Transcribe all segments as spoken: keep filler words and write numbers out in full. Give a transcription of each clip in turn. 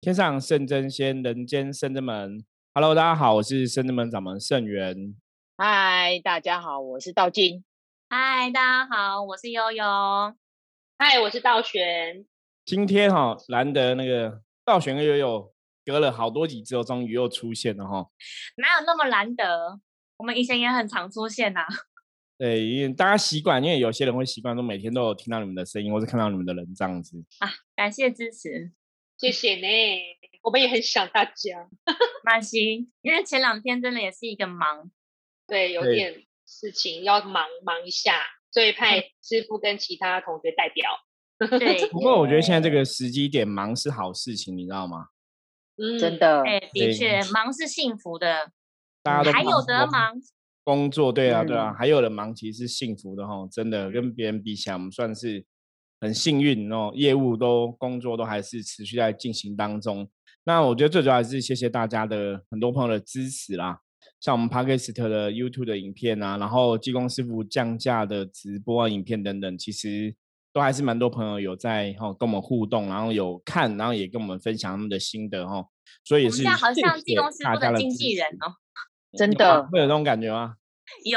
天上圣真仙，人间圣真门。Hello，大家好，我是圣真门掌门圣元。 嗨，大家好，我是道金。 嗨，大家好，我是悠悠。 嗨，我是道玄。 今天哈、哦，难得那个道玄跟悠悠隔了好多集之后，终于又出现了哈、哦。 哪有那么难得？我们以前也很常出现呐、啊。 对，因为大家习惯，因为有些人会习惯说每天都有听到你们的声音，或是看到你们的人这样子啊。感谢支持， 谢谢呢。我们也很想大家。 马西，因为前两天真的也是一个忙， 对，有点事情要忙忙一下，所以派师傅跟其他同学代表。 对， 不过我觉得现在这个时机点忙是好事情，你知道吗？ 嗯，真的， 对，的确，忙是幸福的， 大家都还有得忙。 工作，对啊，对啊，嗯、还有人忙其实是幸福的哈，真的跟别人比起来，我们算是很幸运哦，业务都工作都还是持续在进行当中。那我觉得最主要还是谢谢大家的很多朋友的支持啦，像我们 Podcast 的 YouTube 的影片啊，然后技工师傅降价的直播啊、影片等等，其实都还是蛮多朋友有在哈、哦、跟我们互动，然后有看，然后也跟我们分享他们的心得哈、哦，所以也是我们好像技工师傅的经纪人哦。 真的会有这种感觉吗？ 有，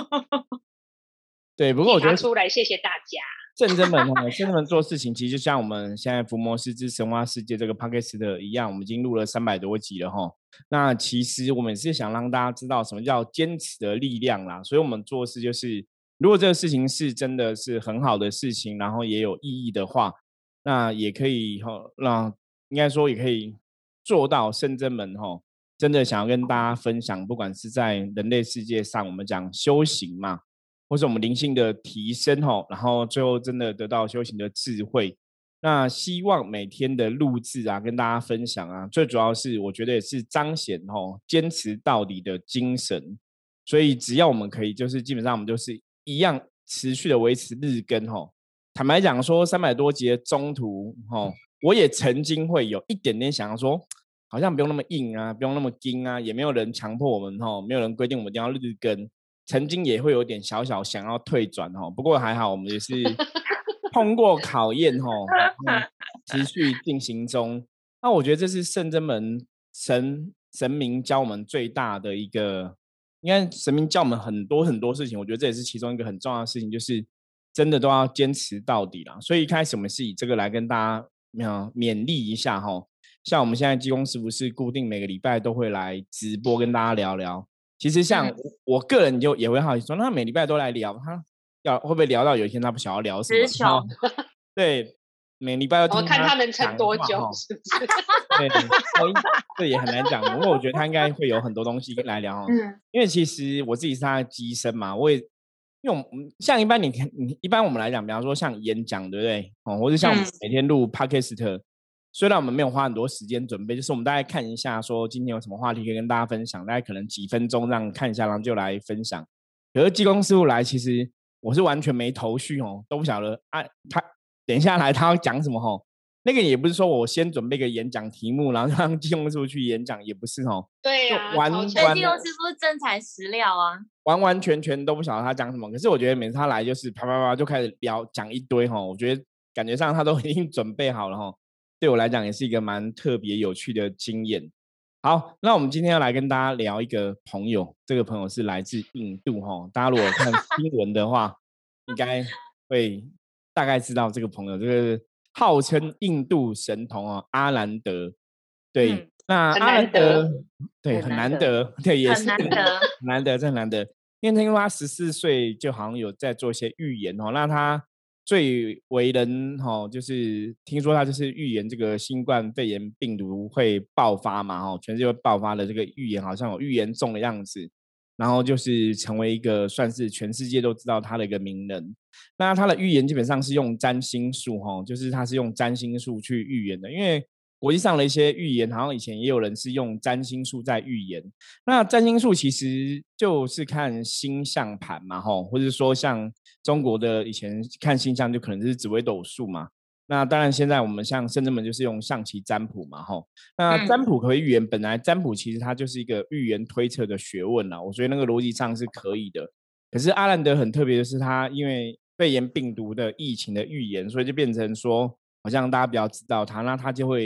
对，不过我觉得出来，谢谢大家。 圣真门哦，圣真门做事情其实就像我们现在伏魔师之神话世界这个 podcast 的一样，我们已经录了三百多集了哈。那其实我们也是想让大家知道什么叫坚持的力量啦，所以我们做事就是，如果这个事情是真的是很好的事情，然后也有意义的话，那也可以哈，让应该说也可以做到圣真门哈。真的想要跟大家分享，不管是在人类世界上，我们讲修行嘛，或是我们灵性的提升吼，然后最后真的得到修行的智慧。那希望每天的录制啊，跟大家分享啊，最主要是我觉得也是彰显吼坚持到底的精神。所以只要我们可以，就是基本上我们就是一样持续的维持日更吼。坦白讲说，三百多集的中途吼，我也曾经会有一点点想要说。好像不用那么硬啊，不用那么硬啊，也没有人强迫我们吼，没有人规定我们一定要日更。曾经也会有点小小想要退转吼，不过还好，我们也是通过考验吼，持续进行中。那我觉得这是圣真门神神明教我们最大的一个，应该神明教我们很多很多事情，我觉得这也是其中一个很重要的事情，就是真的都要坚持到底啦。所以一开始我们是以这个来跟大家勉励一下吼。像我们现在技工师傅是固定每个礼拜都会来直播跟大家聊聊。其实像我个人就也会好奇说，那每礼拜都来聊，他要会不会聊到有一天他不想要聊什么？对，每礼拜都听我看他能撑多久，是不是？ 对，这也很难讲。不过我觉得他应该会有很多东西来聊、嗯、因为其实我自己是他的机身嘛，我也因为我们像一般你你一般我们来讲，比方说像演讲，对不对？哦，或者像我们每天录 podcast。虽然我们没有花很多时间准备，就是我们大概看一下说今天有什么话题可以跟大家分享，大概可能几分钟让看一下，然后就来分享。可是技工师傅来，其实我是完全没头绪哦，都不晓得啊，他等一下来他要讲什么哦。那个也不是说我先准备个演讲题目，然后让技工师傅去演讲，也不是哦。 对啊， 完完技工师傅真材实料啊， 完完全全都不晓得他讲什么。可是我觉得每次他来就是啪啪啪就开始聊讲一堆哦，我觉得感觉上他都已经准备好了哦。对我来讲也是一个蛮特别有趣的经验。好，那我们今天要来跟大家聊一个朋友，这个朋友是来自印度哈。大家如果看新闻的话，应该会大概知道这个朋友，这个号称印度神童哦，阿兰德。对，嗯、那阿兰德对很难得，对也是很难得， 很难得，真难得。因为听说他十四岁就好像有在做一些预言哦，那他。最为人哈，就是听说他就是预言这个新冠肺炎病毒会爆发嘛，哈，全世界会爆发的这个预言好像有预言中的样子，然后就是成为一个算是全世界都知道他的一个名人。那他的预言基本上是用占星术哈，就是他是用占星术去预言的，因为国际上的一些预言，好像以前也有人是用占星术在预言。那占星术其实就是看星象盘嘛，吼，或者说像中国的以前看星象就可能是紫微斗数嘛。那当然现在我们像圣真门就是用象棋占卜嘛，吼。那占卜可以预言，本来占卜其实它就是一个预言推测的学问啦，我觉得那个逻辑上是可以的。可是阿兰德很特别的是，他因为肺炎病毒的疫情的预言，所以就变成说，好像大家比较知道他，那他就会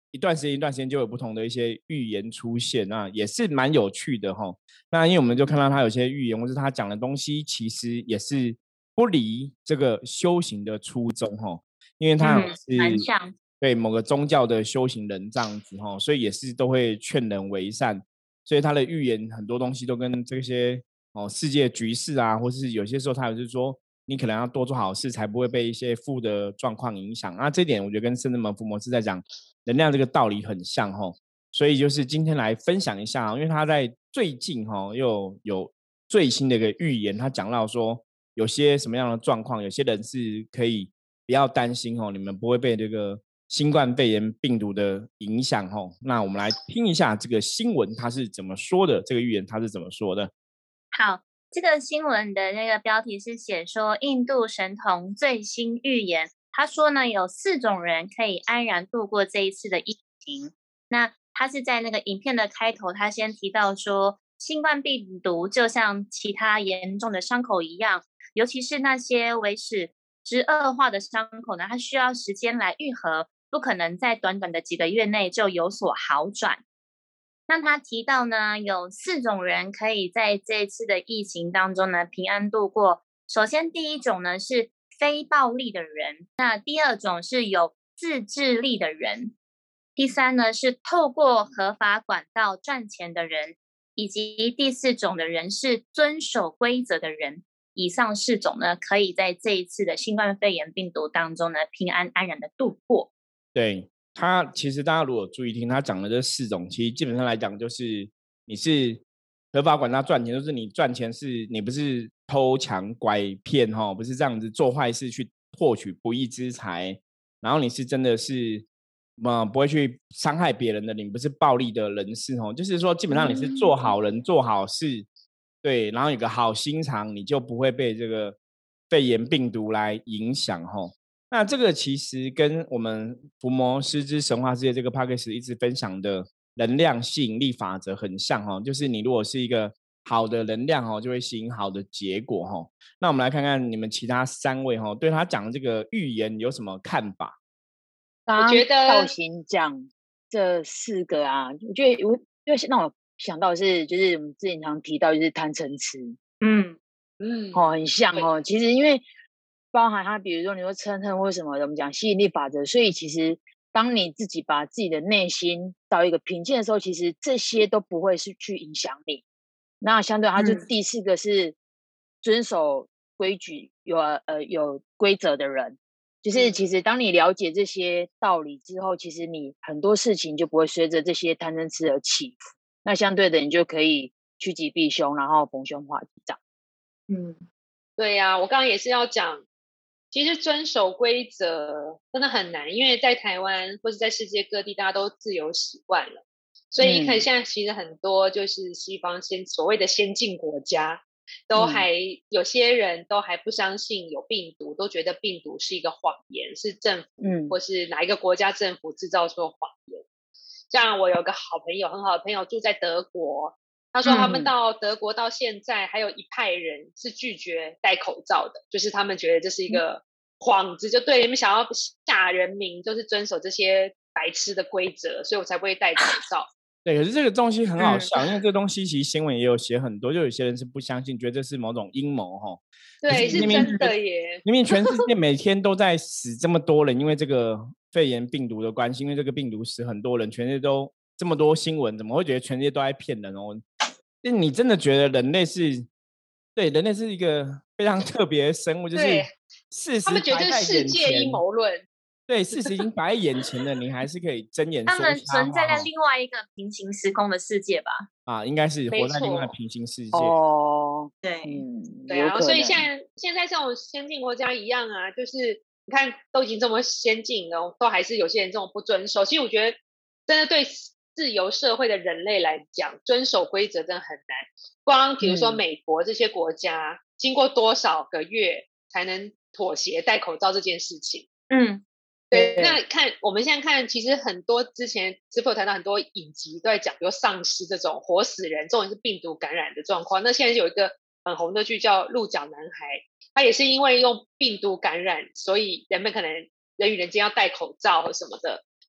一段时间一段时间就有不同的一些预言出现，那也是蛮有趣的哈。那因为我们就看到他有些预言，或是他讲的东西，其实也是不离这个修行的初衷哈，因为他嗯，蛮是像。 对某个宗教的修行人这样子哈，所以也是都会劝人为善，所以他的预言很多东西都跟这些哦世界局势啊，或是有些时候他有就是说，你可能要多做好事，才不会被一些负的状况影响。那这点我觉得跟圣真门福摩斯在讲能量这个道理很像哈，所以就是今天来分享一下，因为他在最近哈又有最新的一个预言，他讲到说有些什么样的状况，有些人是可以不要担心哦，你们不会被这个新冠肺炎病毒的影响哦。那我们来听一下这个新闻它是怎么说的，这个预言它是怎么说的。 好，这个新闻的那个标题是写说印度神童最新预言，他说呢有四种人可以安然度过这一次的疫情。那他是在那个影片的开头，他先提到说新冠病毒就像其他严重的伤口一样，尤其是那些为使之恶化的伤口呢，它需要时间来愈合，不可能在短短的几个月内就有所好转。那他提到呢，有四种人可以在这次的疫情当中呢平安度过。首先，第一种呢是非暴力的人，那第二种是有自制力的人，第三呢是透过合法管道赚钱的人，以及第四种的人是遵守规则的人。以上四种呢，可以在这一次的新冠肺炎病毒当中呢平安安然的度过。 对。他其实大家如果注意听，他讲的这四种，其实基本上来讲就是你是合法管道赚钱，就是你赚钱是你不是偷抢拐骗哈，不是这样子做坏事去获取不义之财，然后你是真的是呃不会去伤害别人的，你不是暴力的人士哦，就是说基本上你是做好人、嗯、做好事，对，然后有个好心肠，你就不会被这个肺炎病毒来影响哈。那这个其实跟我们伏魔师之神话世界这个 podcast 一直分享的能量吸引力法则很像哈，就是你如果是一个好的能量哈，就会吸引好的结果哈。那我们来看看你们其他三位哈，对他讲的这个预言有什么看法？ 我觉得道行讲这四个啊，我觉得我因为让我想到的是，就是我们之前常提到就是贪嗔痴， 嗯嗯，哦，很像哦。其实因为包含它，比如说你说嗔恨或什么的，我们讲吸引力法则，所以其实当你自己把自己的内心到一个平静的时候，其实这些都不会是去影响你。那相对它就第四个是遵守规矩、有呃有规则的人，就是其实当你了解这些道理之后，其实你很多事情就不会随着这些贪嗔痴而起伏。那相对的，你就可以趋吉避凶，然后逢凶化吉这样。 嗯，对呀、啊，我刚刚也是要讲，其实遵守规则真的很难，因为在台湾或是在世界各地，大家都自由习惯了，所以看现在其实很多就是西方先所谓的先进国家，都还、嗯、有些人都还不相信有病毒，都觉得病毒是一个谎言，是政府、嗯、或是哪一个国家政府制造出谎言。像我有个好朋友，很好的朋友住在德国。他说他们到德国到现在还有一派人是拒绝戴口罩的，就是他们觉得这是一个幌子，就对你们想要吓人民就是遵守这些白痴的规则，所以我才不会戴口罩。 对，可是这个东西很好笑、嗯、因为这个东西其实新闻也有写很多，就有些人是不相信，觉得这是某种阴谋齁。 对，是真的耶。 明明全世界每天都在死这么多人，因为这个肺炎病毒的关系，因为这个病毒死很多人，全世界都这么多新闻，怎么会觉得全世界都在骗人哦？你真的觉得人类是对人类是一个非常特别的生物，就是事实摆在眼前，他们觉得世界阴谋论， 对，事实已经摆在眼前了，你还是可以睁眼说瞎话。 他们存在在另外一个平行时空的世界吧？ 啊，应该是活在另外平行世界。 哦， 对， 嗯， 对啊，所以现在现在这种先进国家一样啊，就是你看都已经这么先进了，都还是有些人这种不遵守。其实我觉得真的对自由社会的人类来讲，遵守规则真的很难。光比如说美国这些国家、嗯、经过多少个月才能妥协戴口罩这件事情。 嗯， 对。那看我们现在看，其实很多之前师父有谈到很多影集都在讲，比如丧尸这种活死人，这种是病毒感染的状况。那现在有一个很红的剧叫《鹿角男孩》，他也是因为用病毒感染，所以人们可能人与人间要戴口罩或什么的。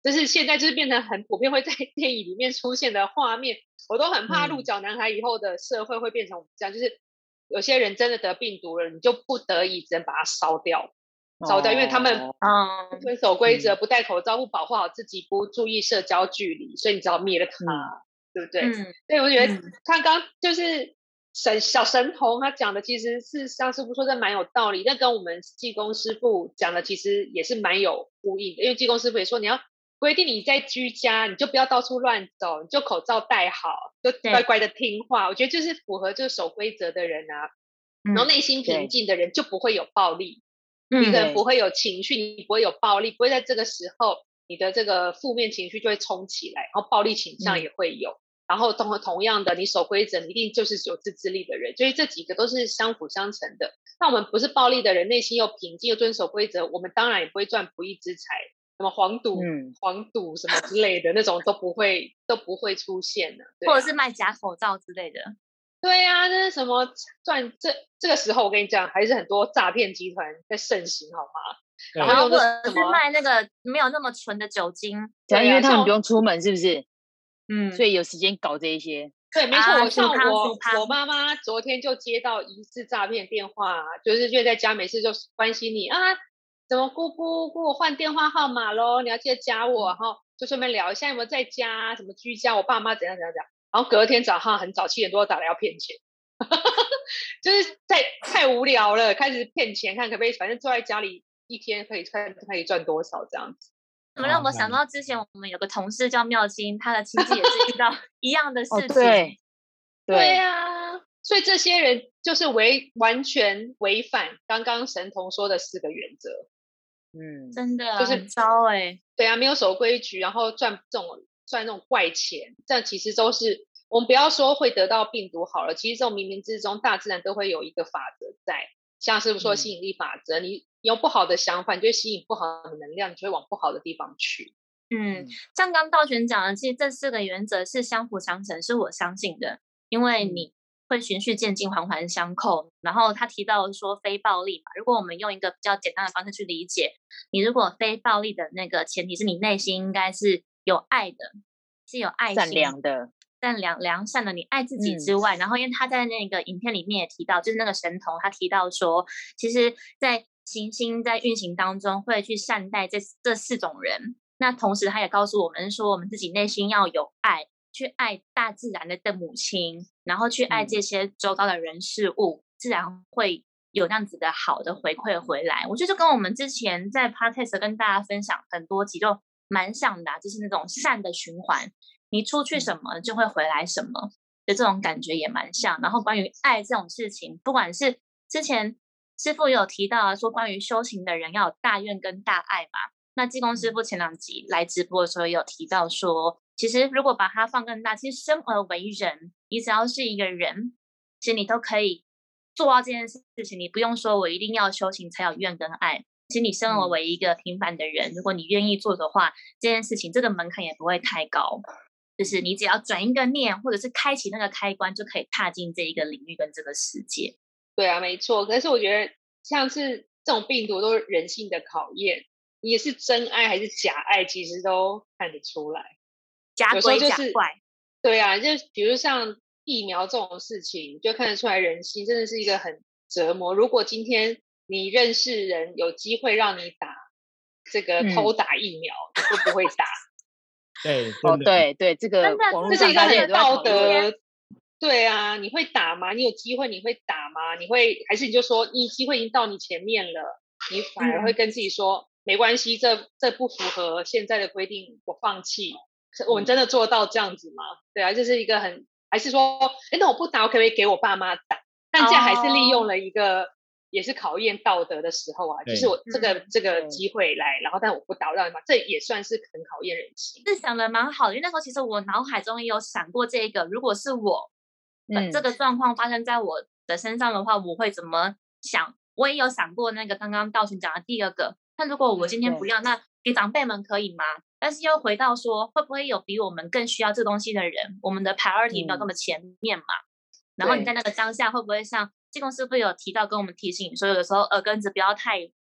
就是现在就是变成很普遍会在电影里面出现的画面，我都很怕鹿角男孩以后的社会会变成这样，就是有些人真的得病毒了，你就不得已只能把它烧掉，烧掉，因为他们不遵守规则，不戴口罩，不保护好自己，不注意社交距离，所以你只好灭了他，嗯、对不对？嗯、所以我觉得他刚就是神小神童他讲的，其实是像师傅说的蛮有道理，但跟我们济公师傅讲的其实也是蛮有呼应的，因为济公师傅也说你要规定你在居家，你就不要到处乱走，你就口罩戴好，就乖乖的听话。我觉得就是符合就是守规则的人啊，嗯、然后内心平静的人就不会有暴力，嗯、你可能不会有情绪，你不会有暴力，不会在这个时候你的这个负面情绪就会冲起来，然后暴力倾向也会有。嗯、然后同同样的，你守规则，你一定就是有自制力的人，所以这几个都是相辅相成的。那我们不是暴力的人，内心又平静又遵守规则，我们当然也不会赚不义之财。什么黄赌、嗯、黄赌什么之类的那种都不会都不会出现的、啊， 或者是卖假口罩之类的。 对啊，这是什么赚这这个时候我跟你讲，还是很多诈骗集团在盛行，好吗？ 然后或者是卖那个没有那么纯的酒精， 对、啊，因为他们不用出门，是不是？嗯，所以有时间搞这一些。 对，没错，我像我我妈妈昨天就接到疑似诈骗电话，就是就在家没事就关心你啊。怎么姑姑姑我换电话号码咯，你要记得加我，然后就顺便聊一下有没有在家，什么居家，我爸妈怎样怎样怎样，然后隔天早上很早七点多打来要骗钱，就是在太无聊了，开始骗钱，看可不可以，反正坐在家里一天可以看可以赚多少这样子。 怎么让我想到之前我们有个同事叫妙金，他的亲戚也是遇到一样的事情。 哦、对对啊，所以这些人就是违完全违反刚刚神童说的四个原则。 嗯，真的就是很糟哎、欸， 对啊，没有守规矩，然后赚这种赚那种怪钱，这其实都是我们不要说会得到病毒好了，其实这种冥冥之中，大自然都会有一个法则在，像是说吸引力法则，嗯、你有不好的想法，你就会吸引不好的能量，你就会往不好的地方去。 嗯，像刚道玄讲的，其实这四个原则是相辅相成，是我相信的，因为你会循序渐进，环环相扣。然后他提到说非暴力嘛，如果我们用一个比较简单的方式去理解，你如果非暴力的那个前提是你内心应该是有爱的，是有爱心、 善良的、 善良良善的，你爱自己之外，嗯、然后因为他在那个影片里面也提到，就是那个神童他提到说，其实在行星在运行当中会去善待这这四种人。那同时他也告诉我们说，我们自己内心要有爱，去爱大自然的母亲，然后去爱这些周遭的人事物，嗯、自然会有那样子的好的回馈回来。我觉得就跟我们之前在 podcast 跟大家分享很多集就蛮像的、啊，就是那种善的循环，你出去什么就会回来什么的这种感觉也蛮像。然后关于爱这种事情，不管是之前师父也有提到啊，说关于修行的人要有大愿跟大爱嘛。那济公师父前两集来直播的时候也有提到说，其实如果把它放更大，其实生而为人，你只要是一个人，其实你都可以做到这件事情。你不用说我一定要修行才有愿跟爱，其实你生而为一个平凡的人，如果你愿意做的话，这件事情这个门槛也不会太高，就是你只要转一个念，或者是开启那个开关，就可以踏进这一个领域跟这个世界。 对啊，没错。可是我觉得像是这种病毒都是人性的考验，你也是真爱还是假爱，其实都看得出来。 假鬼假怪。 对啊，就比如像疫苗这种事情，就看得出来人心真的是一个很折磨。如果今天你认识人有机会让你打这个偷打疫苗，嗯、你会不会打？ 对， 哦，对对，这个这是一个很道德。对啊，你会打吗？你有机会你会打吗？你会还是你就说你机会已经到你前面了，你反而会跟自己说、嗯、没关系，这这不符合现在的规定，我放弃。我们真的做到这样子吗？对啊，这是一个很还是说，哎，那我不打，我可不可以给我爸妈打？但这样还是利用了一个、哦、也是考验道德的时候啊，就是我这个、嗯、这个机会来，然后但我不打，我让你打，这也算是很考验人心。 是想的蛮好的，因为那时候其实我脑海中也有闪过这个，如果是我。嗯、这个状况发生在我的身上的话，我会怎么想？我也有想过那个刚刚道群讲的第二个。那如果我今天不要，那给长辈们可以吗？但是又回到说，会不会有比我们更需要这东西的人？我们的 priority 没有那么前面嘛？嗯、然后你在那个当下，会不会像济公师傅有提到跟我们提醒说，有的时候耳根子不要太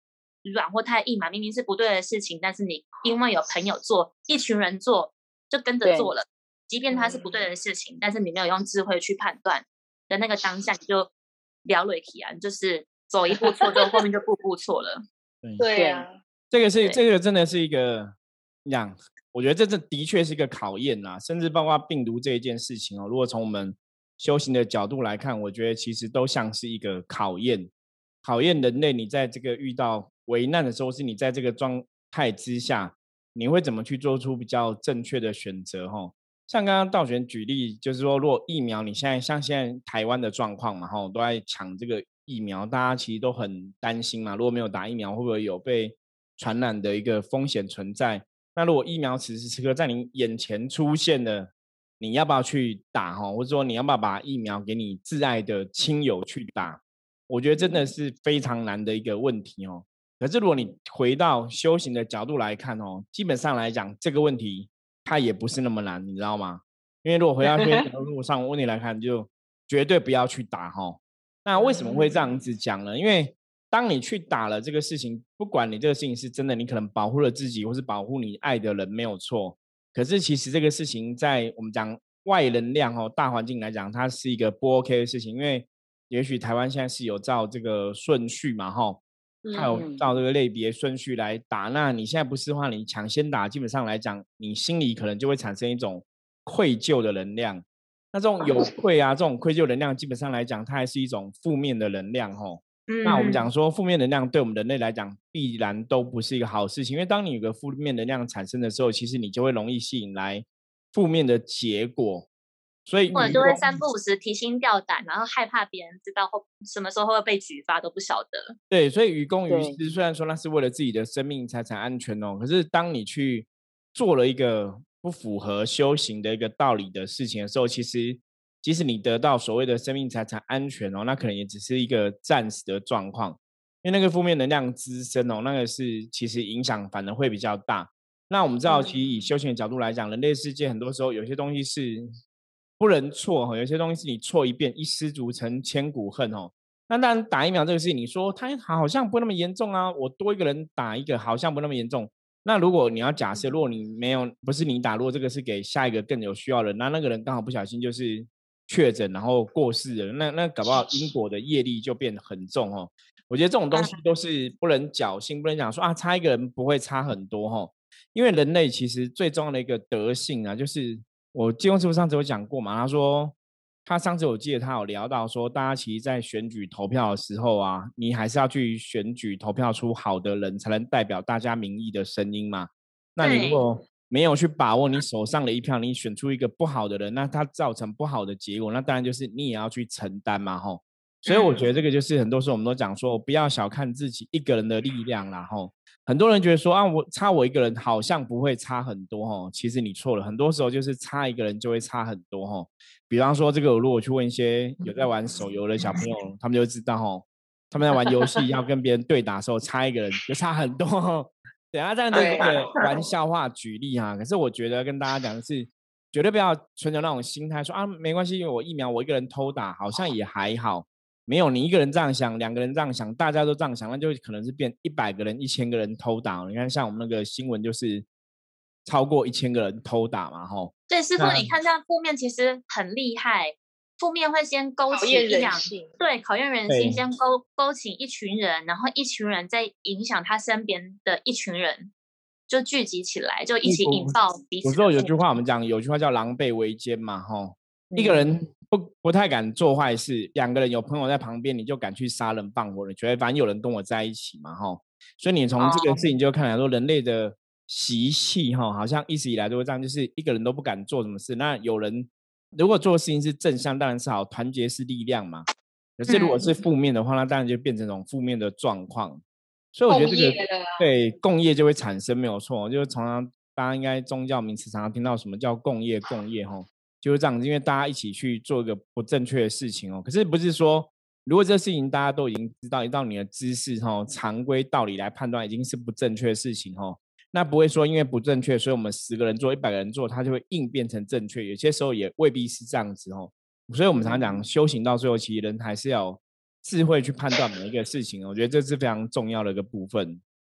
软或太硬嘛，明明是不对的事情，但是你因为有朋友做，一群人做，就跟着做了，即便它是不对的事情，但是你没有用智慧去判断的那个当下，你就了了起啊，就是走一步错之后，后面就步步错了。 对啊， 这个是这个真的是一个样，我觉得这这的确是一个考验呐，甚至包括病毒这一件事情哦。如果从我们修行的角度来看，我觉得其实都像是一个考验，考验人类你在这个遇到危难的时候，是你在这个状态之下，你会怎么去做出比较正确的选择哈？像刚刚道玄举例，就是说，如果疫苗，你现在像现在台湾的状况嘛，哈，都在抢这个疫苗，大家其实都很担心嘛。如果没有打疫苗，会不会有被传染的一个风险存在？那如果疫苗此时此刻在你眼前出现了，你要不要去打哈？或者说你要不要把疫苗给你挚爱的亲友去打？我觉得真的是非常难的一个问题哦。可是如果你回到修行的角度来看哦，基本上来讲这个问题它也不是那么难，你知道吗？因为如果回到修行的路上问题来看，就绝对不要去打哈。那为什么会这样子讲呢？因为当你去打了这个事情，不管你这个事情是真的，你可能保护了自己，或是保护你爱的人，没有错。可是其实这个事情在我们讲外能量哦，大环境来讲，它是一个不 OK 的事情，因为也许台湾现在是有照这个顺序嘛，哈，它有照这个类别顺序来打。那你现在不是的话，你抢先打，基本上来讲，你心里可能就会产生一种愧疚的能量。那这种有愧啊，这种愧疚能量，基本上来讲，它还是一种负面的能量，哈。那我们讲说，负面能量对我们人类来讲，必然都不是一个好事情，因为当你有个负面能量产生的时候，其实你就会容易吸引来负面的结果，所以或者就会三不五时提心吊胆，然后害怕别人知道后什么时候会被举发都不晓得。 对，所以于公于私，虽然说那是为了自己的生命财产安全哦，可是当你去做了一个不符合修行的一个道理的事情的时候，其实即使你得到所谓的生命财产安全哦，那可能也只是一个暂时的状况，因为那个负面能量滋生哦，那个是其实影响反而会比较大。那我们知道，其实以修行的角度来讲，人类世界很多时候有些东西是不能错，有些东西是你错一遍，一失足成千古恨哦。那当然，打疫苗这个事情，你说它好像不那么严重啊，我多一个人打一个好像不那么严重。那如果你要假设，如果你没有不是你打，如果这个是给下一个更有需要的人，那那个人刚好不小心就是确诊，然后过世了，那那搞不好因果的业力就变得很重哦。我觉得这种东西都是不能侥幸，不能讲说啊差一个人不会差很多哦。因为人类其实最重要的一个德性啊，就是我金庸师傅上次有讲过嘛，他说他上次我记得他有聊到说，大家其实在选举投票的时候啊，你还是要去选举投票出好的人，才能代表大家民意的声音嘛。那你如果没有去把握你手上的一票，你选出一个不好的人，那它造成不好的结果，那当然就是你也要去承担嘛，吼。所以我觉得这个就是很多时候我们都讲说，不要小看自己一个人的力量啦，吼。很多人觉得说啊，我差我一个人好像不会差很多吼，其实你错了，很多时候就是差一个人就会差很多吼。比方说这个，如果去问一些有在玩手游的小朋友，他们就知道吼，他们在玩游戏要跟别人对打的时候，差一个人就差很多吼。等下这样的一个玩笑话举例哈，可是我觉得跟大家讲的是，绝对不要存有那种心态说啊，没关系，因为我疫苗我一个人偷打，好像也还好。没有，你一个人这样想，两个人这样想，大家都这样想，那就可能是变一百个人、一千个人偷打。你看，像我们那个新闻就是超过一千个人偷打嘛，吼。 对，师傅，你看这样负面其实很厉害，负面会先勾起一两，对，考验人心，先勾勾起一群人，然后一群人再影响他身边的一群人，就聚集起来，就一起引爆彼此。 有时候有句话我们讲，有句话叫狼狈为奸嘛，吼。一个人不不太敢做坏事，两个人有朋友在旁边，你就敢去杀人放火，你觉得反正有人跟我在一起嘛，哈。所以你从这个事情就看来说，人类的习气哈，好像一直以来都会这样，就是一个人都不敢做什么事。那有人如果做的事情是正向，当然是好，团结是力量嘛。可是如果是负面的话，那当然就变成一种负面的状况。所以我觉得这个对共业就会产生没有错，就是常常大家应该宗教名词常常听到什么叫共业，共业哈。就是这样，因为大家一起去做一个不正确的事情哦。可是不是说，如果这事情大家都已经知道，依照你的知识哈、常规道理来判断，已经是不正确的事情哦，那不会说因为不正确，所以我们十个人做，一百个人做，它就会硬变成正确。有些时候也未必是这样子哦。所以我们常常讲，修行到最后，其实人还是要智慧去判断每一个事情。我觉得这是非常重要的一个部分。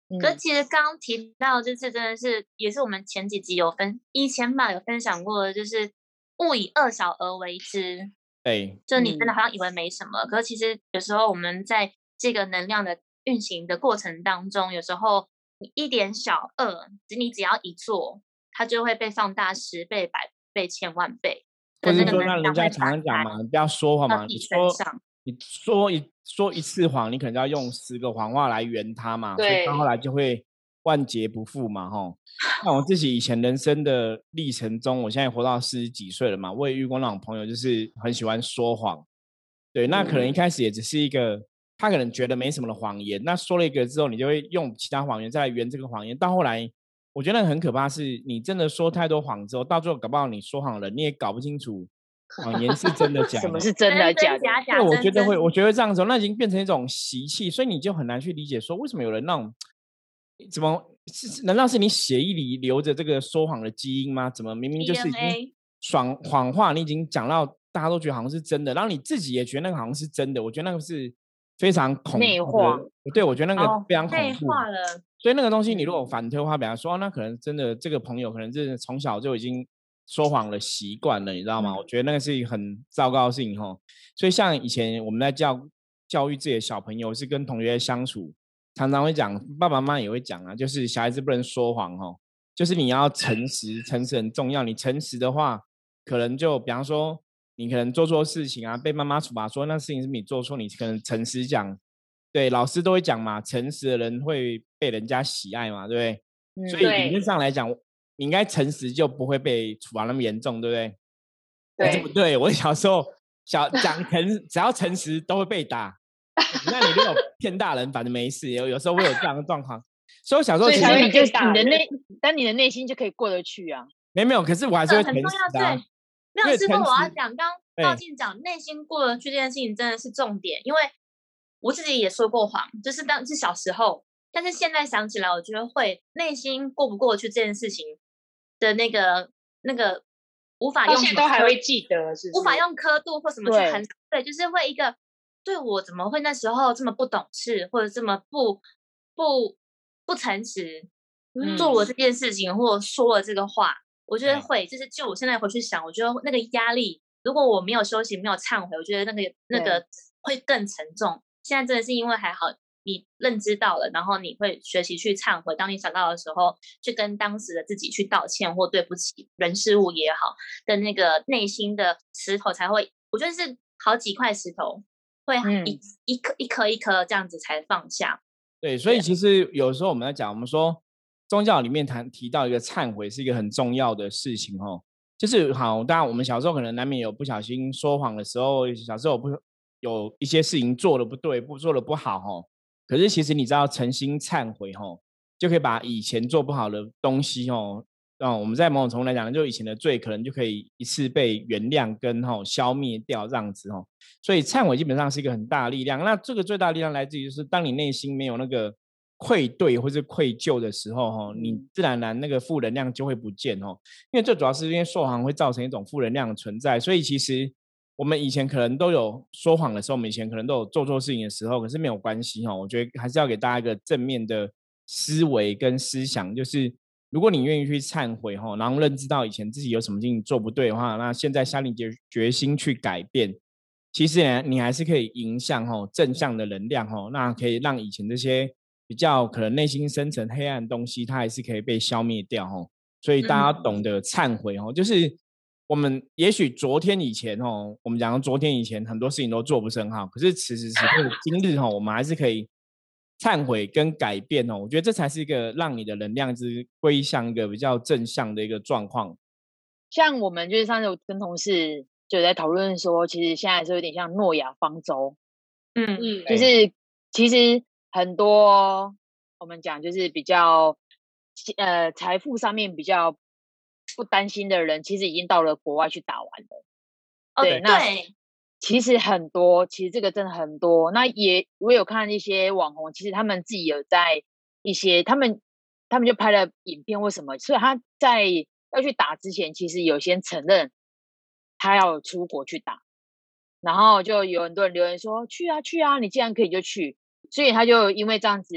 可是其实刚刚提到这次真的是也是我们前几集有分以前吧有分享过的，就是勿以恶小而为之。 对， 就你真的好像以为没什么，嗯、可是其实有时候我们在这个能量的运行的过程当中，有时候你一点小恶，你只要一做，它就会被放大十倍、百倍、千万倍。 或是说让人家常常讲嘛，你不要说谎嘛，你说你说一说一次谎，你可能就要用十个谎话来圆它嘛，所以到后来就会万劫不复嘛，吼。那我自己以前人生的历程中，我现在活到四十几岁了嘛，我也遇过那种朋友，就是很喜欢说谎。对，那可能一开始也只是一个，他可能觉得没什么的谎言，那说了一个之后，你就会用其他谎言再来圆这个谎言。到后来，我觉得很可怕，是你真的说太多谎之后，到最后搞不好你说谎了，你也搞不清楚谎言是真的假的， 什么是真的假的？ 对， 我觉得会，我觉得这样子，那已经变成一种习气，所以你就很难去理解说，为什么有人那种。怎么是？难道是你血液里留着这个说谎的基因吗？怎么明明就是已经爽谎话，你已经讲到大家都觉得好像是真的，然后你自己也觉得那个好像是真的？我觉得那个是非常恐怖的。 内化， 对，我觉得那个非常恐怖。 内化了。 所以那个东西，你如果反推的话，比方说，那可能真的这个朋友可能是从小就已经说谎的习惯了，你知道吗？嗯、我觉得那个是很糟糕的事情哈。所以像以前我们在教教育自己的小朋友，是跟同学相处。常常会讲，爸爸妈妈也会讲啊，就是小孩子不能说谎哦，就是你要诚实，诚实很重要。你诚实的话，可能就比方说，你可能做错事情啊，被妈妈处罚说那事情是你做错，你可能诚实讲，对，老师都会讲嘛，诚实的人会被人家喜爱嘛，对不对？嗯、所以理论上来讲，你应该诚实就不会被处罚那么严重，对不对？对，不对，我小时候小讲诚，只要诚实都会被打。那你如果骗大人，反正没事。有有时候会有这样的状况，所以我小时候其实你就你的内，但你的内心就可以过得去啊。 没没有，可是我还是会诚实的、啊。 对，没有师傅，我要讲，刚道静讲内心过得去这件事情真的是重点，因为我自己也说过谎，就是当是小时候，但是现在想起来，我觉得会内心过不过去这件事情的那个那个无法用， 到现在都还会记得是不是， 无法用刻度或什么去衡量，对，就是会一个。对我怎么会那时候这么不懂事，或者这么不不不诚实，嗯、做了这件事情，或者说了这个话，我觉得会，就是就我现在回去想，我觉得那个压力，如果我没有休息，没有忏悔，我觉得那个那个会更沉重。现在真的是因为还好你认知到了，然后你会学习去忏悔，当你想到的时候，去跟当时的自己去道歉或对不起人事物也好的那个内心的石头才会，我觉得是好几块石头。会一、嗯、一颗一颗一颗这样子才放下。 对，所以其实有时候我们在讲，我们说宗教里面谈提到一个忏悔是一个很重要的事情哦。就是好，当然我们小时候可能难免有不小心说谎的时候，小时候不有一些事情做的不对，不做的不好哦。可是其实你知道，诚心忏悔哦，就可以把以前做不好的东西哦。嗯，我们在某种程度来讲，就以前的罪可能就可以一次被原谅跟吼、哦、消灭掉这样子哦。所以忏悔基本上是一个很大的力量。那这个最大的力量来自于就是当你内心没有那个愧对或是愧疚的时候哦，你自然而然那个负能量就会不见哦。因为最主要是因为说谎会造成一种负能量的存在，所以其实我们以前可能都有说谎的时候，我们以前可能都有做错事情的时候，可是没有关系哦。我觉得还是要给大家一个正面的思维跟思想，就是如果你愿意去忏悔哈，然后认知到以前自己有什么事情做不对的话，那现在下定决决心去改变，其实呢，你还是可以影响哈正向的能量哈，那可以让以前这些比较可能内心深层黑暗的东西，它还是可以被消灭掉哈。所以大家懂得忏悔哈，就是我们也许昨天以前哦，我们讲昨天以前很多事情都做不是很好，可是此时此刻的今日哈，我们还是可以忏悔跟改变哦，我觉得这才是一个让你的能量是归向一个比较正向的一个状况。 像我们就是上次跟同事就在讨论说，其实现在是有点像诺亚方舟，嗯嗯，就是其实很多我们讲就是比较呃财富上面比较不担心的人，其实已经到了国外去打完了。 哦、 对，那对。 其实很多，其实这个真的很多。那也我有看一些网红，其实他们自己有在一些他们他们就拍了影片或什么，所以他在要去打之前，其实有先承认他要出国去打，然后就有很多人留言说去啊去啊，你既然可以就去，所以他就因为这样子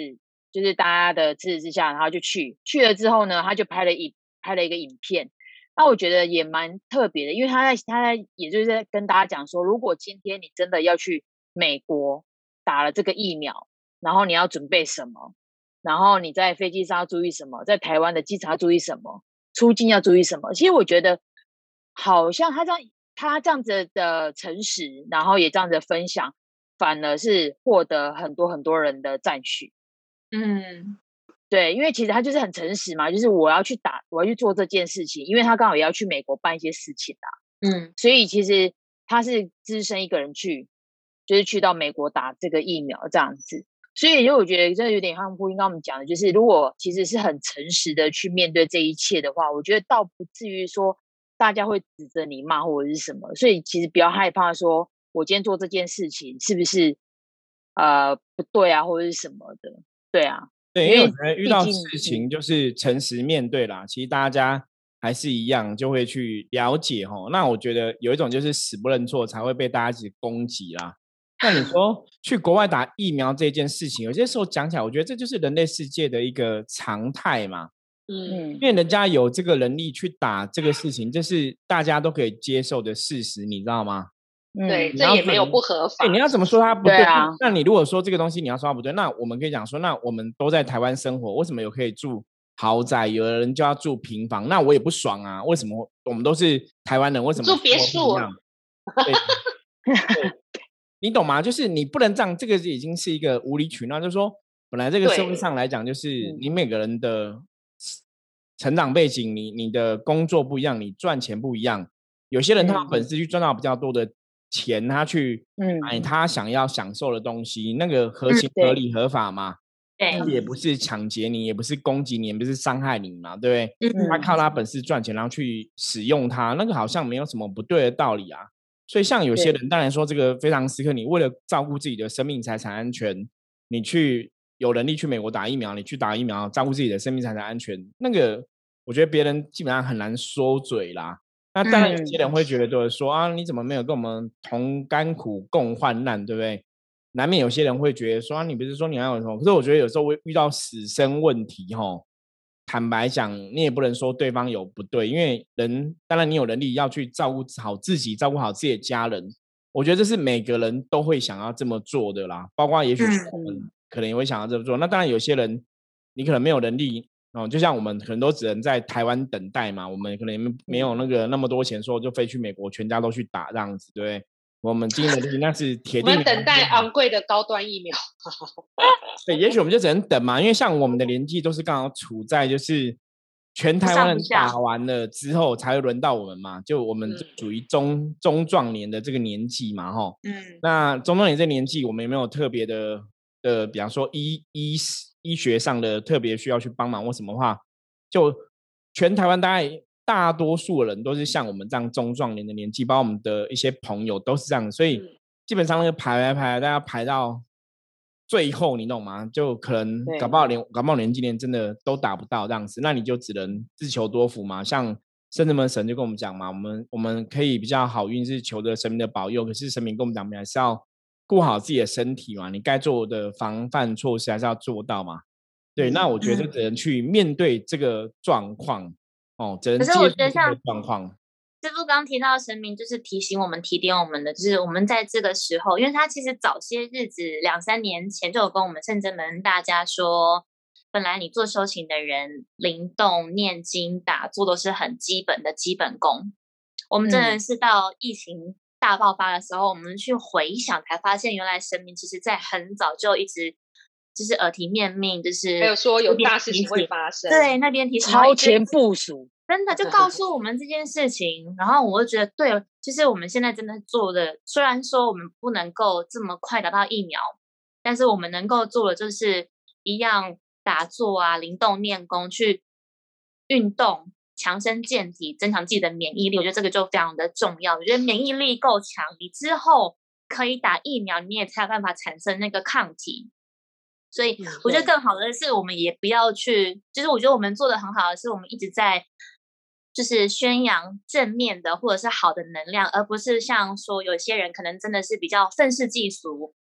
就是大家的支持之下，然后就去去了之后呢，他就拍了一拍了一个影片。那我觉得也蛮特别的，因为他在他在也就是在跟大家讲说，如果今天你真的要去美国打了这个疫苗，然后你要准备什么，然后你在飞机上要注意什么，在台湾的机场要注意什么，出境要注意什么。其实我觉得好像他这样他这样子的诚实，然后也这样子的分享，反而是获得很多很多人的赞许。 嗯， 对，因为其实他就是很诚实嘛，就是我要去打，我要去做这件事情，因为他刚好也要去美国办一些事情啊， 嗯， 所以其实他是只身一个人去，就是去到美国打这个疫苗这样子。所以就我觉得这有点像呼应刚刚我们讲的，就是如果其实是很诚实的去面对这一切的话，我觉得倒不至于说大家会指责你骂或者是什么。所以其实不要害怕说我今天做这件事情是不是呃不对啊，或者是什么的。对啊， 对，因为我觉得遇到毕竟事情就是诚实面对啦，其实大家还是一样就会去了解齁。那我觉得有一种就是死不认错才会被大家一直攻击啦。那你说去国外打疫苗这件事情，有些时候讲起来，我觉得这就是人类世界的一个常态嘛。 嗯， 因为人家有这个能力去打这个事情，这是大家都可以接受的事实，你知道吗？ 对， 嗯， 这也没有不合法。 对，你要怎么说它不对？ 对啊， 那你如果说这个东西你要说它不对，那我们可以讲说，那我们都在台湾生活，为什么有可以住豪宅，有的人就要住平房？那我也不爽啊！为什么我们都是台湾人，为什么住别墅啊？对，对，你懂吗？就是你不能这样，这个已经是一个无理取闹。就是说，本来这个社会上来讲，就是你每个人的成长背景，你你的工作不一样，你赚钱不一样。有些人他有本事去赚到比较多的钱，他去买他想要享受的东西，那个合情合理合法嘛？ 对， 也不是抢劫你，也不是攻击你，也不是伤害你嘛，对不对？他靠他本事赚钱，然后去使用它，那个好像没有什么不对的道理啊。所以像有些人，当然说这个非常时刻，你为了照顾自己的生命财产安全，你去有能力去美国打疫苗，你去打疫苗，照顾自己的生命财产安全，那个我觉得别人基本上很难说嘴啦。那当然有些人会觉得就是说啊，你怎么没有跟我们同甘苦共患难，对不对？难免有些人会觉得说啊，你不是说你要有什么？可是我觉得有时候会遇到死生问题吼，坦白讲，你也不能说对方有不对，因为人当然你有能力要去照顾好自己，照顾好自己的家人，我觉得这是每个人都会想要这么做的啦。包括也许我们可能也会想要这么做。那当然有些人你可能没有能力哦，就像我们可能都只能在台湾等待嘛，我们可能没有那个那么多钱，说就飞去美国，全家都去打这样子，对不对？我们经济能力那是铁定。 我们等待昂贵的高端疫苗。 对，也许我们就只能等嘛，因为像我们的年纪都是刚好处在就是全台湾人打完了之后才会轮到我们嘛，就我们属于中中壮年的这个年纪嘛，吼。嗯。那中壮年这个年纪，我们有没有特别的的，比方说医医医学上的特别需要去帮忙或什么话，就全台湾大概。大多数人都是像我们这样中壮年的年纪，包括我们的一些朋友都是这样，所以基本上那个排排排，大家排到最后，你懂吗？就可能搞不好连搞不好连今年真的都打不到这样子，那你就只能自求多福嘛。像圣人们神就跟我们讲嘛，我们我们可以比较好运是求着神明的保佑，可是神明跟我们讲，你还是要顾好自己的身体嘛，你该做的防范措施还是要做到嘛。对，那我觉得只能去面对这个状况。哦，可是我觉得像状况，师父刚提到神明就是提醒我们、提点我们的，就是我们在这个时候，因为他其实早些日子两三年前就有跟我们圣真门大家说，本来你做修行的人，灵动、念经、打坐都是很基本的基本功。我们真的是到疫情大爆发的时候，嗯、我们去回想，才发现原来神明其实在很早就一直。就是耳提面命，就是还有说有大事情会发生， 对那边提醒超前部署， 真的就告诉我们这件事情。然后我就觉得，对，就是我们现在真的做的，虽然说我们不能够这么快达到疫苗，但是我们能够做的就是一样打坐啊、灵动念功，去运动、强身健体，增强自己的免疫力。我觉得这个就非常的重要。我觉得免疫力够强，你之后可以打疫苗，你也才有办法产生那个抗体。所以我觉得更好的是，我们也不要去，就是我觉得我们做的很好的是，我们一直在就是宣扬正面的或者是好的能量，而不是像说有些人可能真的是比较愤世嫉俗，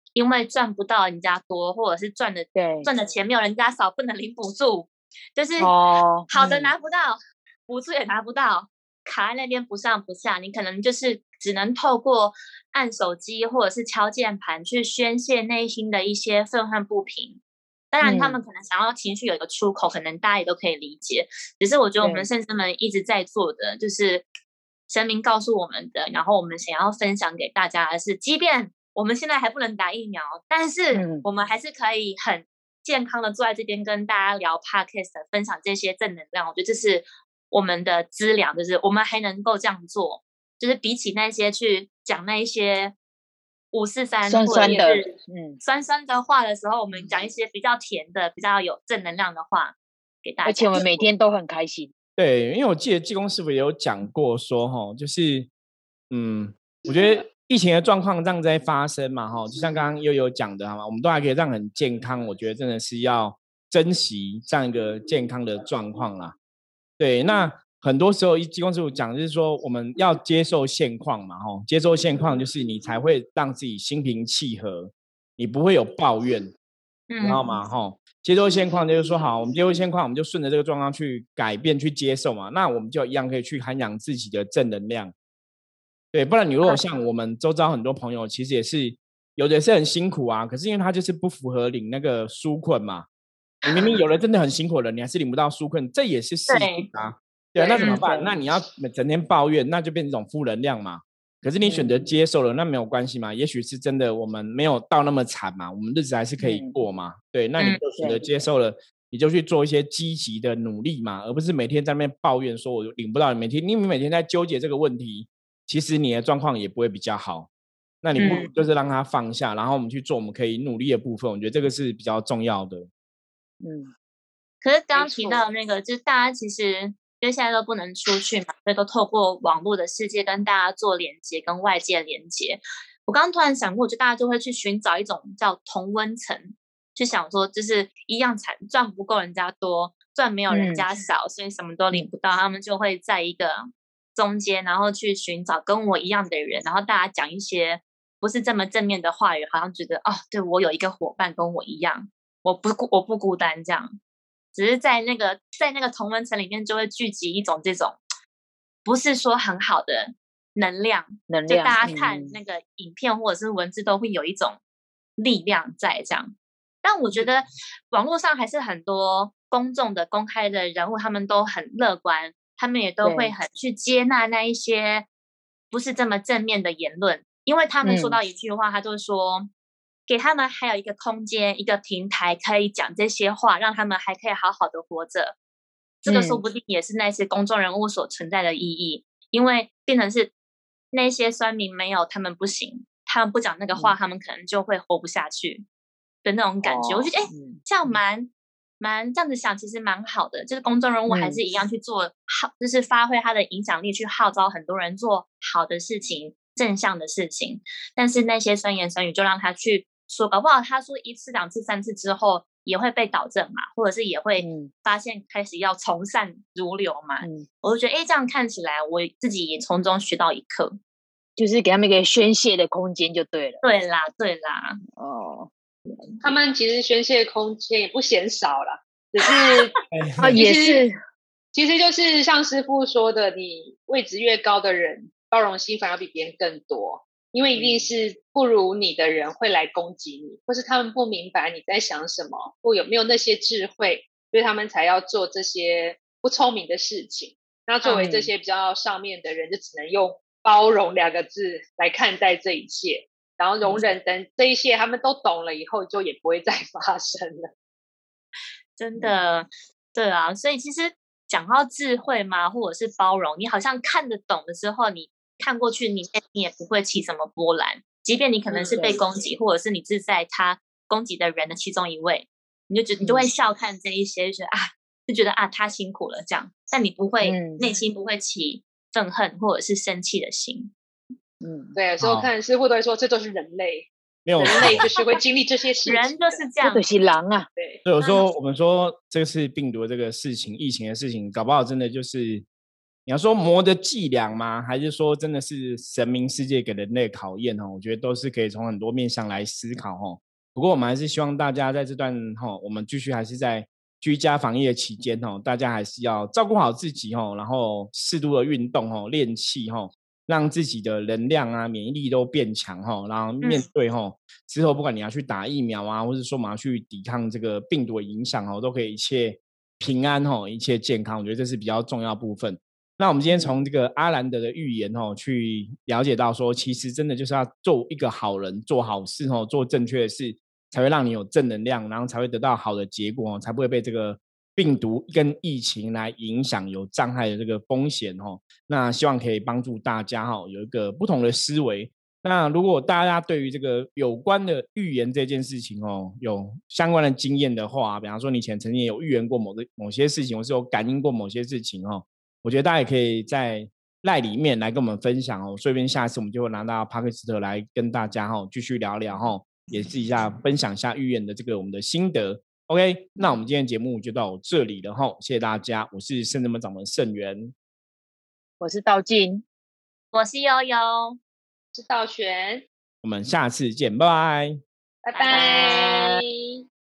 因为赚不到人家多，或者是赚的赚的钱没有人家少，不能领补助，就是好的拿不到，补助也拿不到，卡在那边不上不下，你可能就是只能透过按手机或者是敲键盘去宣泄内心的一些愤恨不平。当然他们可能想要情绪有一个出口，可能大家也都可以理解，只是我觉得我们圣师们一直在做的就是神明告诉我们的，然后我们想要分享给大家的是，即便我们现在还不能打疫苗，但是我们还是可以很健康的坐在这边跟大家聊 podcast 分享这些正能量。我觉得这是我们的资粮，就是我们还能够这样做，就是比起那些去讲那一些五四三酸酸的嗯酸酸的话的时候，我们讲一些比较甜的比较有正能量的话给大家， 而且我们每天都很开心。 对，因为我记得济公师傅也有讲过说齁，就是嗯我觉得疫情的状况这样在发生嘛齁，就像刚刚悠悠讲的我们都还可以让很健康，我觉得真的是要珍惜这样一个健康的状况啦。对，那很多时候济公师傅讲就是说我们要接受现况嘛齁，接受现况就是你才会让自己心平气和，你不会有抱怨，你知道吗齁？接受现况就是说好，我们接受现况，我们就顺着这个状况去改变去接受嘛，那我们就一样可以去涵养自己的正能量。对，不然你如果像我们周遭很多朋友其实也是有的是很辛苦啊，可是因为他就是不符合领那个纾困嘛，你明明有的真的很辛苦了，你还是领不到纾困，这也是事情啊。对啊，那怎么办？那你要整天抱怨，那就变成一种负能量嘛。可是你选择接受了，那没有关系嘛，也许是真的我们没有到那么惨嘛，我们日子还是可以过嘛。对，那你就选择接受了，你就去做一些积极的努力嘛，而不是每天在那边抱怨说我领不到，每天你每天在纠结这个问题，其实你的状况也不会比较好。那你不如就是让它放下，然后我们去做我们可以努力的部分，我觉得这个是比较重要的。 嗯，可是刚刚提到那个，就是大家其实因为现在都不能出去嘛，所以都透过网络的世界跟大家做连接，跟外界连接。我刚刚突然想过，就大家就会去寻找一种叫同温层，去想说就是一样惨，赚不够人家多，赚没有人家少，嗯、所以什么都领不到，他们就会在一个中间，然后去寻找跟我一样的人，然后大家讲一些不是这么正面的话语，好像觉得哦，对我有一个伙伴跟我一样，我不我不孤单这样。只是在那个在那个同温层里面，就会聚集一种这种不是说很好的能量， 能量就大家看那个影片或者是文字都会有一种力量在这样。但我觉得网络上还是很多公众的公开的人物，他们都很乐观，他们也都会很去接纳那一些不是这么正面的言论，因为他们说到一句话，嗯、他就说。给他们还有一个空间，一个平台，可以讲这些话，让他们还可以好好的活着。这个说不定也是那些公众人物所存在的意义，嗯、因为变成是那些酸民没有他们不行，他们不讲那个话，嗯、他们可能就会活不下去的那种感觉。哦、我觉得，哎，这样蛮蛮这样子想，其实蛮好的。就是公众人物还是一样去做好，嗯、就是发挥他的影响力，去号召很多人做好的事情、正向的事情。但是那些酸言酸语，就让他去。说搞不好他说一次两次三次之后也会被导正嘛，或者是也会发现开始要从善如流嘛。嗯、我就觉得哎，这样看起来我自己也从中学到一课， 就是给他们一个宣泄的空间就对了。 对啦对啦， 哦，他们其实宣泄空间也不嫌少啦，只是啊也是， 其实就是像师父说的，你位置越高的人，包容心反而比别人更多。因为一定是不如你的人会来攻击你，或是他们不明白你在想什么，或有没有那些智慧，所以他们才要做这些不聪明的事情。那作为这些比较上面的人，就只能用包容两个字来看待这一切，然后容忍等这一切他们都懂了以后，就也不会再发生了。 真的，对啊，所以其实讲到智慧嘛，或者是包容，你好像看得懂的时候，你看过去你你也不会起什么波澜，即便你可能是被攻击，或者是你是在他攻击的人的其中一位，你就觉得你就会笑看这一些，就觉得啊，就觉得啊他辛苦了这样，但你不会、嗯、内心不会起愤恨或者是生气的心。 嗯，对，有时候看师父都会说这都是人类，没有人类就是会经历这些事情， 人就是这样， 这都是狼啊。 对， 所以我说我们说这次病毒这个事情，疫情的事情，搞不好真的就是。 你要说魔的伎俩吗？还是说真的是神明世界给人类的考验？我觉得都是可以从很多面向来思考。不过我们还是希望大家在这段我们继续还是在居家防疫的期间，大家还是要照顾好自己，然后适度的运动，练气，让自己的能量啊、免疫力都变强，然后面对之后不管你要去打疫苗啊，或者说我们要去抵抗这个病毒的影响，都可以一切平安，一切健康。我觉得这是比较重要的部分。那我们今天从这个阿兰德的预言去了解到说，其实真的就是要做一个好人，做好事，做正确的事，才会让你有正能量，然后才会得到好的结果，才不会被这个病毒跟疫情来影响，有障碍的这个风险。那希望可以帮助大家有一个不同的思维。那如果大家对于这个有关的预言这件事情有相关的经验的话，比方说你以前曾经有预言过某个某些事情，或是有感应过某些事情，我觉得大家也可以在 LINE 里面来跟我们分享，顺便下次我们就会拿到 Podcast 来跟大家继续聊聊，也试一下分享一下预言的这个我们的心得。 OK， 那我们今天节目就到这里了，谢谢大家。我是圣人门掌门圣元， 我是道静， 我是悠悠， 是道玄， 我们下次见，拜拜， 拜拜。